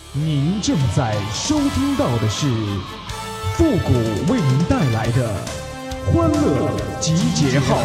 您正在收听到的是复古为您带来的欢乐集结号。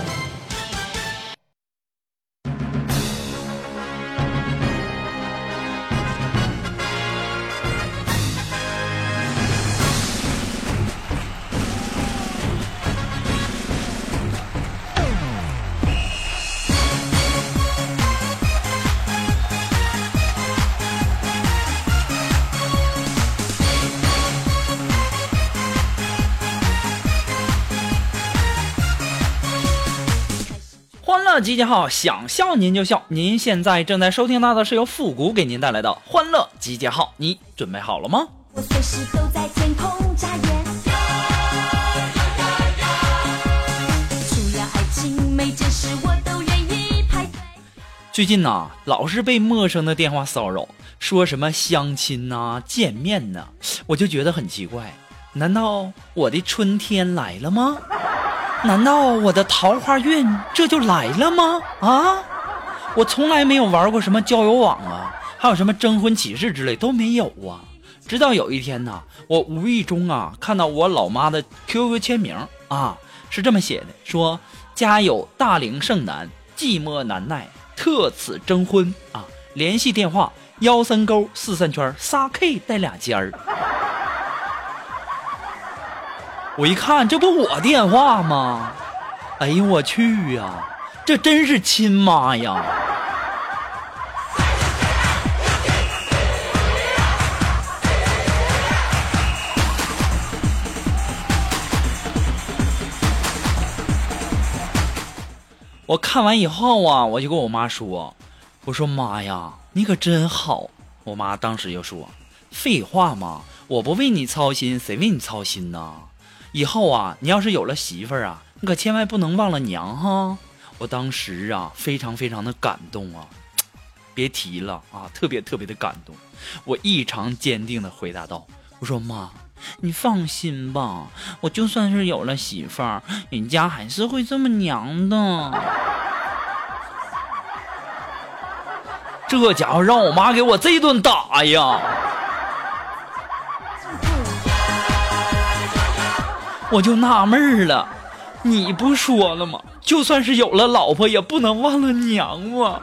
欢乐集结号，想笑您就笑。您现在正在收听到的是由复古给您带来的欢乐集结号，你准备好了吗？ 我随时都在天空眨眼，除了爱情每件事我都愿意排队。 最近呢，老是被陌生的电话骚扰，说什么相亲呐、见面呐，我就觉得很奇怪，难道我的春天来了吗？难道我的桃花运这就来了吗？啊，我从来没有玩过什么交友网啊，还有什么征婚启事之类都没有啊。直到有一天呢，我无意中啊看到我老妈的 QQ 签名啊，是这么写的，说家有大龄剩男，寂寞难耐，特此征婚啊，联系电话13勾43圈3K 带2尖儿。我一看，这不我电话吗？哎呦我去呀，这真是亲妈呀！我看完以后啊，我就跟我妈说，我说妈呀，你可真好。我妈当时就说，废话嘛，我不为你操心，谁为你操心呢？以后啊，你要是有了媳妇儿啊，你可千万不能忘了娘哈！我当时啊，非常非常的感动啊，别提了啊，特别特别的感动。我异常坚定的回答道：“我说妈，你放心吧，我就算是有了媳妇儿，人家还是会这么娘的。”这家伙让我妈给我这顿打呀！我就纳闷了，你不说了吗？就算是有了老婆，也不能忘了娘啊！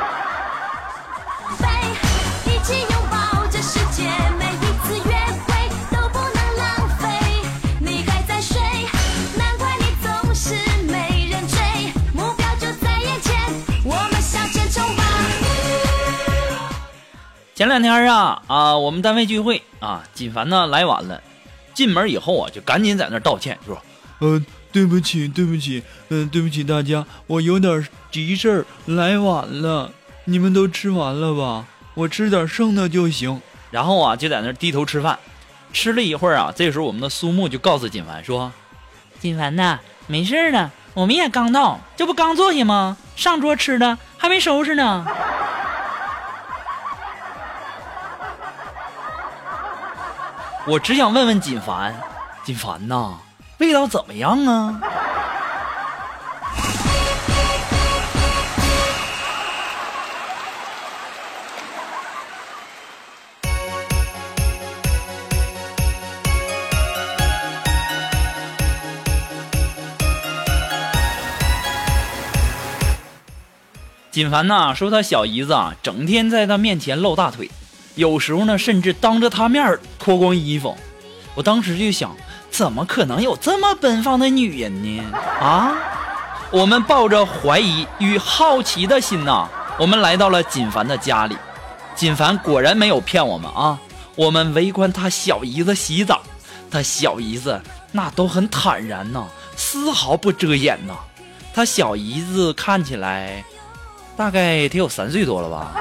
一起拥抱这世界，每一次约会都不能浪费。你还在睡，难怪你总是没人追，目标就在眼前，我们向前冲吧。 前2天啊，我们单位聚会啊，锦凡呢来晚了。进门以后啊，就赶紧在那道歉，说：“对不起，对不起，对不起大家，我有点急事儿来晚了，你们都吃完了吧？我吃点剩的就行。”然后啊，就在那低头吃饭，吃了一会儿啊，这时候我们的苏木就告诉锦凡说：“锦凡呐，没事的，我们也刚到，这不刚坐下吗？上桌吃的还没收拾呢。”我只想问问锦凡呐，味道怎么样啊？锦凡呐说他小姨子啊，整天在他面前露大腿。有时候呢，甚至当着他面脱光衣服。我当时就想，怎么可能有这么奔放的女人呢？啊！我们抱着怀疑与好奇的心呐，我们来到了锦凡的家里。锦凡果然没有骗我们啊！我们围观他小姨子洗澡，他小姨子那都很坦然呐，丝毫不遮掩呐。他小姨子看起来大概得有3岁多了吧。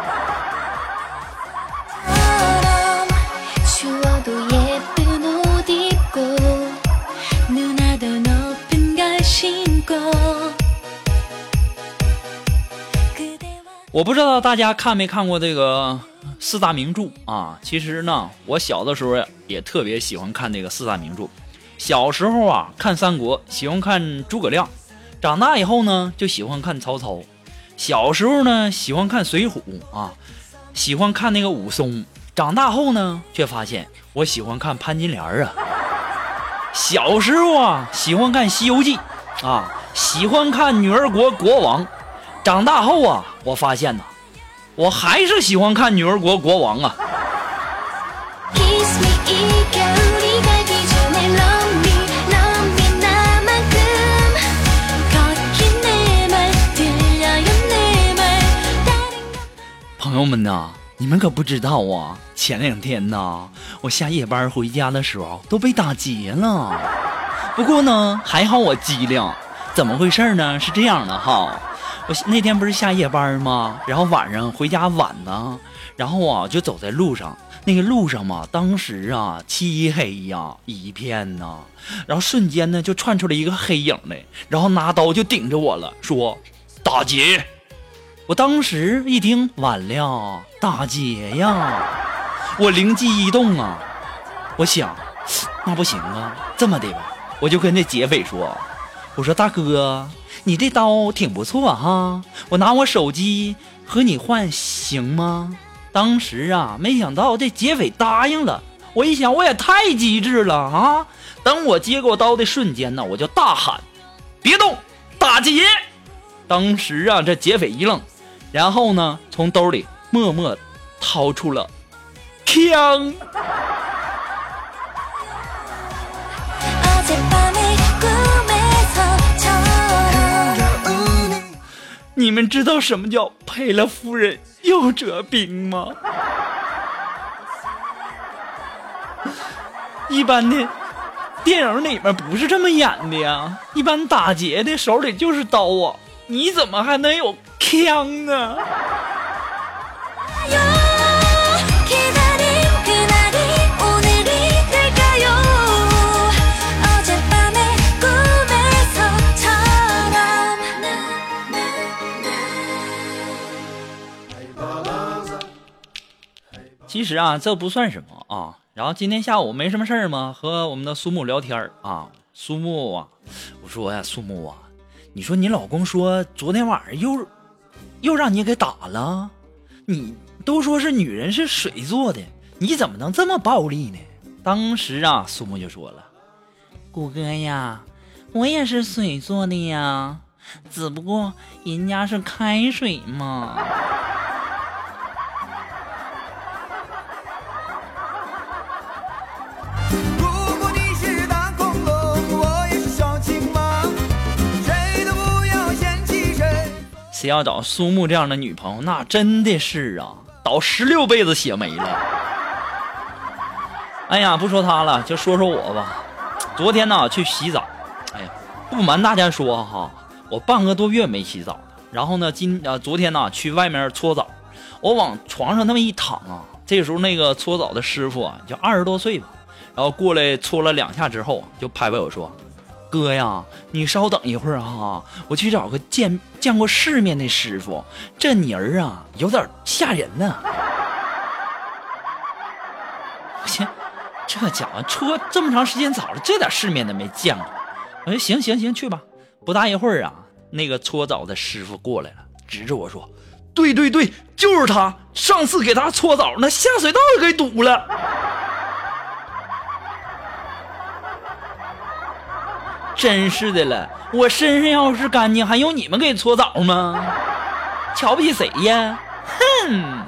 我不知道大家看没看过这个4大名著啊？其实呢，我小的时候也特别喜欢看这个4大名著。小时候啊，看三国，喜欢看诸葛亮；长大以后呢，就喜欢看曹操。小时候呢，喜欢看水浒啊，喜欢看那个武松； 长大后呢，却发现我喜欢看潘金莲啊。小时候啊，喜欢看《西游记》啊，喜欢看女儿国国王。长大后啊，我发现呢，我还是喜欢看女儿国国王啊。朋友们呐，你们可不知道啊，前2天呐，我下夜班回家的时候都被打劫了。不过呢，还好我机灵。怎么回事呢？是这样的哈，我那天不是下夜班吗？然后晚上回家晚呢，然后啊就走在路上，那个路上嘛，当时啊漆黑呀一片呐，然后瞬间呢就窜出来一个黑影来，然后拿刀就顶着我了，说打劫。我当时一听，完了，打劫呀！我灵机一动啊，我想，那不行啊，这么的吧，我就跟这劫匪说，我说大哥，你这刀挺不错哈，我拿我手机和你换行吗？当时啊，没想到这劫匪答应了。我一想，我也太机智了啊！等我接过刀的瞬间呢，我就大喊，别动，打劫！当时啊，这劫匪一愣。然后呢，从兜里默默掏出了枪。你们知道什么叫赔了夫人又折兵吗？一般的电影里面不是这么演的呀，一般打劫的手里就是刀啊，你怎么还能有枪呢？其实啊，这不算什么啊。然后今天下午没什么事儿嘛，和我们的苏木聊天啊。苏木啊，我说呀，苏木啊，你说你老公说昨天晚上又让你给打了，你都说是女人是水做的，你怎么能这么暴力呢？当时啊，苏木就说了，谷哥呀，我也是水做的呀，只不过人家是开水嘛。谁要找苏木这样的女朋友，那真的是啊，倒16辈子血霉了。哎呀，不说他了，就说说我吧。昨天呢去洗澡，哎呀，不瞒大家说哈，我半个多月没洗澡了。然后呢，昨天呢去外面搓澡，我往床上那么一躺啊，这时候那个搓澡的师傅啊，就20多岁吧，然后过来搓了2下之后，就拍拍我说，哥呀，你稍等一会儿哈，我去找个见过世面的师傅，这泥儿啊有点吓人呢。我去，这家伙搓这么长时间澡了，这点世面都没见过。我说行，去吧。不大一会儿啊，那个搓澡的师傅过来了，指着我说，对，就是他，上次给他搓澡那下水道给堵了。真是的了，我身上要是干净，还用你们给搓澡吗？瞧不起谁呀？哼！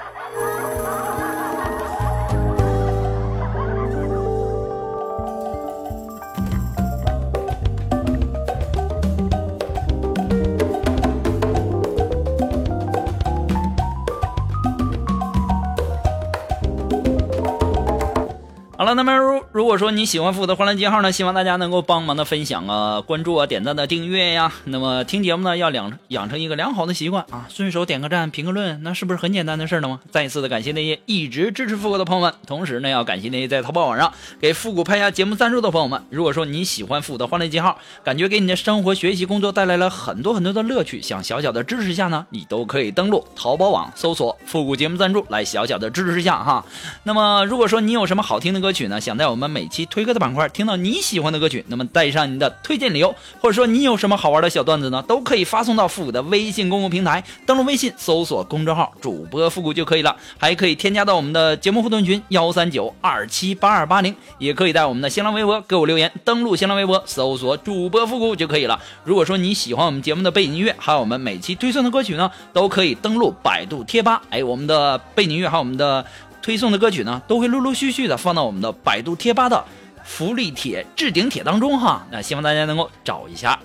好了，那么如果说你喜欢复古的欢乐记号呢，希望大家能够帮忙的分享啊、关注啊、点赞的订阅呀。那么听节目呢，要养成一个良好的习惯啊，顺手点个赞、评个论，那是不是很简单的事呢吗？再一次的感谢那些一直支持复古的朋友们，同时呢，要感谢那些在淘宝网上给复古拍下节目赞助的朋友们。如果说你喜欢复古的欢乐记号，感觉给你的生活、学习、工作带来了很多的乐趣，想小小的支持一下呢，你都可以登录淘宝网搜索复古节目赞助来小小的支持一下哈。那么如果说你有什么好听的歌曲， 曲呢，想在我们每期推歌的板块听到你喜欢的歌曲，那么带上你的推荐理由，或者说你有什么好玩的小段子呢，都可以发送到复古的微信公共平台，登录微信搜索公众号主播复古就可以了，还可以添加到我们的节目互动群139278280，也可以在我们的新浪微博给我留言，登录新浪微博搜索主播复古就可以了。如果说你喜欢我们节目的背景音乐，还有我们每期推送的歌曲呢，都可以登录百度贴吧，我们的背景音乐还有我们的推送的歌曲呢，都会陆陆续续的放到我们的百度贴吧的福利帖置顶帖当中哈，那希望大家能够找一下。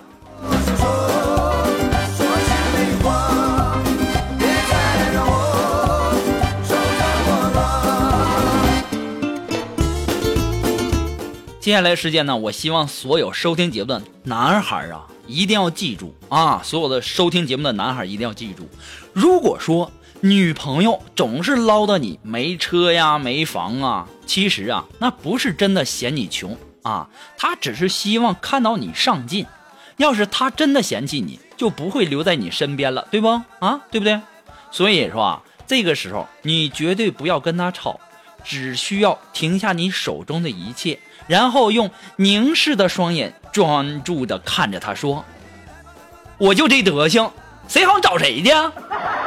接下来的时间呢，我希望所有收听节目的男孩啊，一定要记住啊！所有的收听节目的男孩一定要记住，如果说女朋友总是唠叨你没车呀、没房啊，其实啊，那不是真的嫌你穷啊，她只是希望看到你上进。要是她真的嫌弃你，就不会留在你身边了，对不？啊，对不对？所以说啊，这个时候你绝对不要跟她吵，只需要停下你手中的一切。然后用凝视的双眼专注地看着他说，我就这德行，谁好找谁去啊？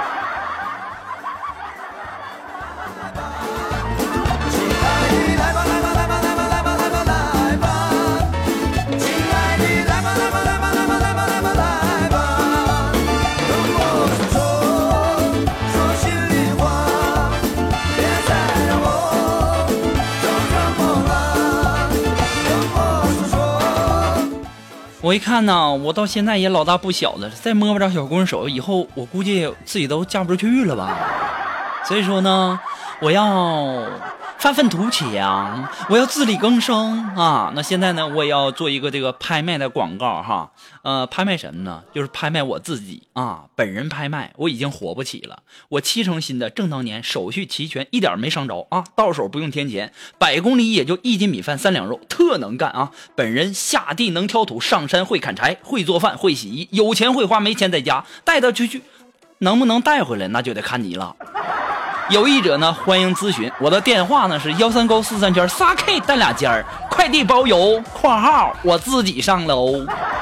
我一看呢，我到现在也老大不小了，再摸不着小姑娘手，以后我估计自己都嫁不出去了吧。所以说呢，我要发愤图强，我要自力更生啊！那现在呢，我也要做一个这个拍卖的广告哈。拍卖什么呢？就是拍卖我自己啊，本人拍卖，我已经活不起了。我7成新的，正当年，手续齐全，一点没伤着啊，到手不用添钱，100公里也就1斤米饭3两肉，特能干啊！本人下地能挑土，上山会砍柴，会做饭，会洗衣，有钱会花，没钱在家，带他出去，能不能带回来那就得看你了。有意者呢，欢迎咨询，我的电话呢是13943圈3K 带俩尖儿，快递包邮（括号我自己上楼）。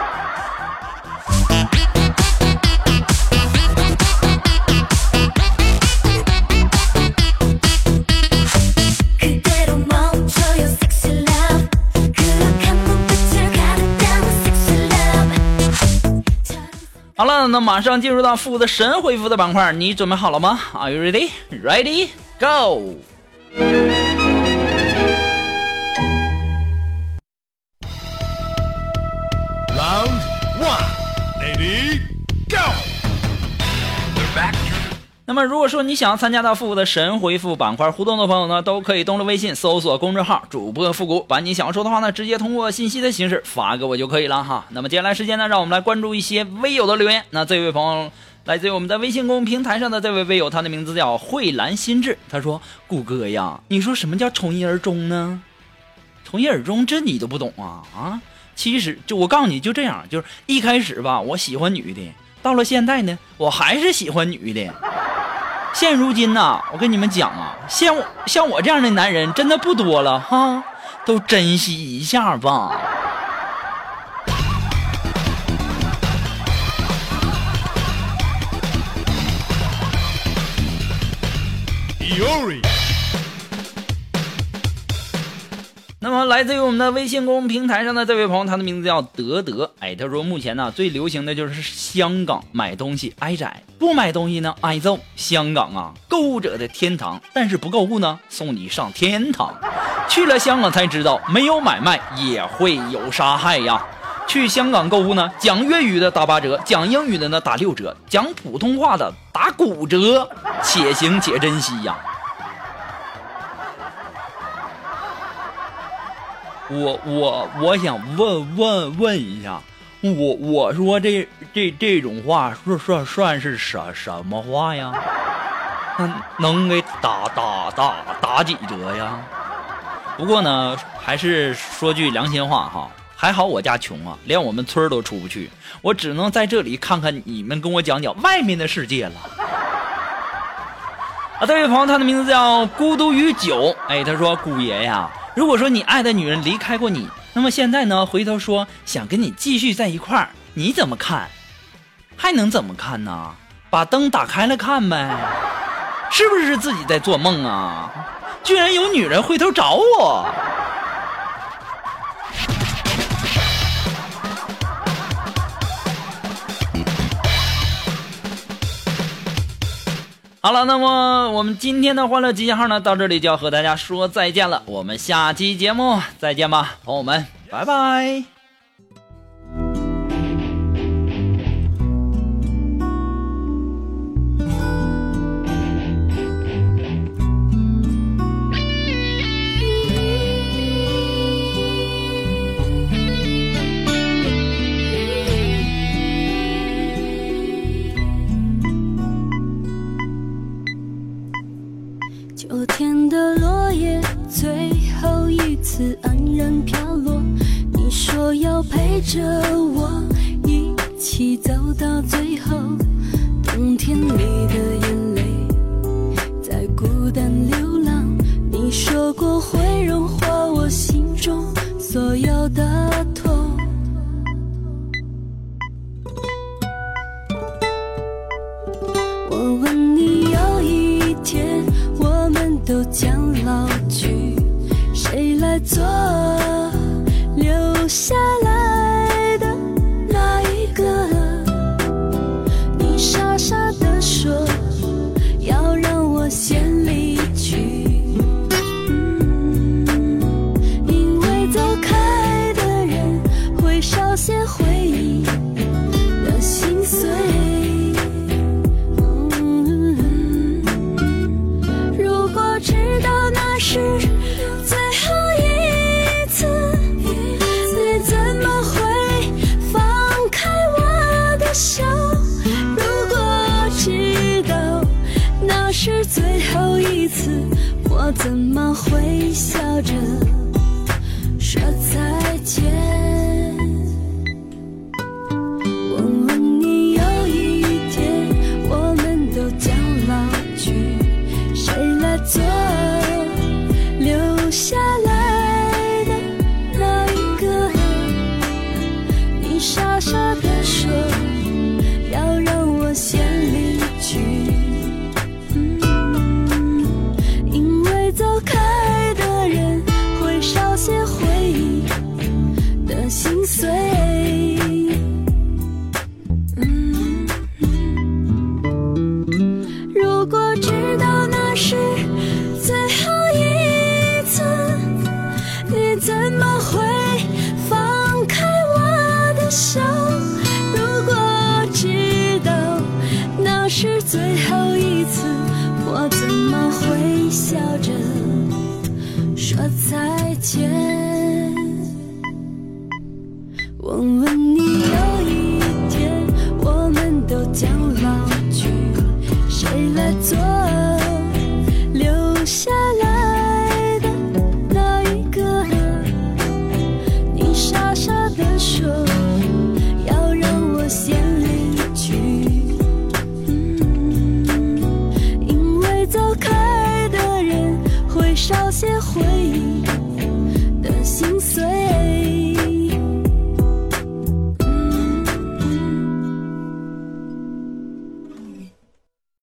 好了，那马上进入到复古的神回复的板块，你准备好了吗？ Are you ready? Ready? Go! Round 1 Ready? Go! They're back. 那么如果说你想要参加到复古的神回复板块互动的朋友呢，都可以登录微信搜索公众号主播复古，把你想要说的话呢直接通过信息的形式发给我就可以了哈。那么接下来时间呢，让我们来关注一些微友的留言。那这位朋友来自于我们的微信公众平台上的这位微友，他的名字叫慧兰心智，他说，顾哥呀，你说什么叫从一而终呢？从一而终这你都不懂啊？其实就我告诉你就这样，就是一开始吧我喜欢女的，到了现在呢我还是喜欢女的。现如今呐，我跟你们讲啊，像我这样的男人真的不多了哈，都珍惜一下吧。那么来自于我们的微信公众平台上的这位朋友，他的名字叫德德。他说目前呢最流行的就是香港买东西挨宰，不买东西呢挨揍。香港啊，购物者的天堂，但是不购物呢送你上天堂。去了香港才知道，没有买卖也会有杀害呀。去香港购物呢，讲粤语的打8折，讲英语的呢打6折，讲普通话的打骨折，且行且珍惜呀。我想问一下，我说这种话算是什么话呀？能给打几折呀？不过呢，还是说句良心话哈，还好我家穷啊，连我们村都出不去，我只能在这里看看你们跟我讲讲外面的世界了。这位朋友他的名字叫孤独与酒，他说，姑爷呀， 如果说你爱的女人离开过你，那么现在呢，回头说想跟你继续在一块儿，你怎么看？还能怎么看呢？把灯打开了看呗，是不是自己在做梦啊？居然有女人回头找我。好了，那么我们今天的欢乐集结号呢，到这里就要和大家说再见了。我们下期节目再见吧，朋友们，拜拜。 秋天的落叶最后一次安然飘落，你说要陪着我一起走到最后，冬天里的眼泪在孤单流浪，你说过会融化我心中所有的痛。我问你有一天我们都将老去，谁来做留下来的那一个？你傻傻地说要让我先离去，因为走开的人会少些回忆的心碎。是最后一次，你怎么会放开我的手？如果知道那是最后一次，我怎么会笑着说再见？问问你有一天我们都将老去，谁来做留下来的那一个？你傻傻地说要让我先离去，因为走开的人会少些回忆的心碎。如果知道那是最后一次，你怎么会放开我的手？如果知道那是最后一次，我怎么会笑着说再见？问问你有一天我们都将老去，谁来做留下来的那一个？你傻傻地说要让我先离去，因为走开的人会少些回忆的心碎。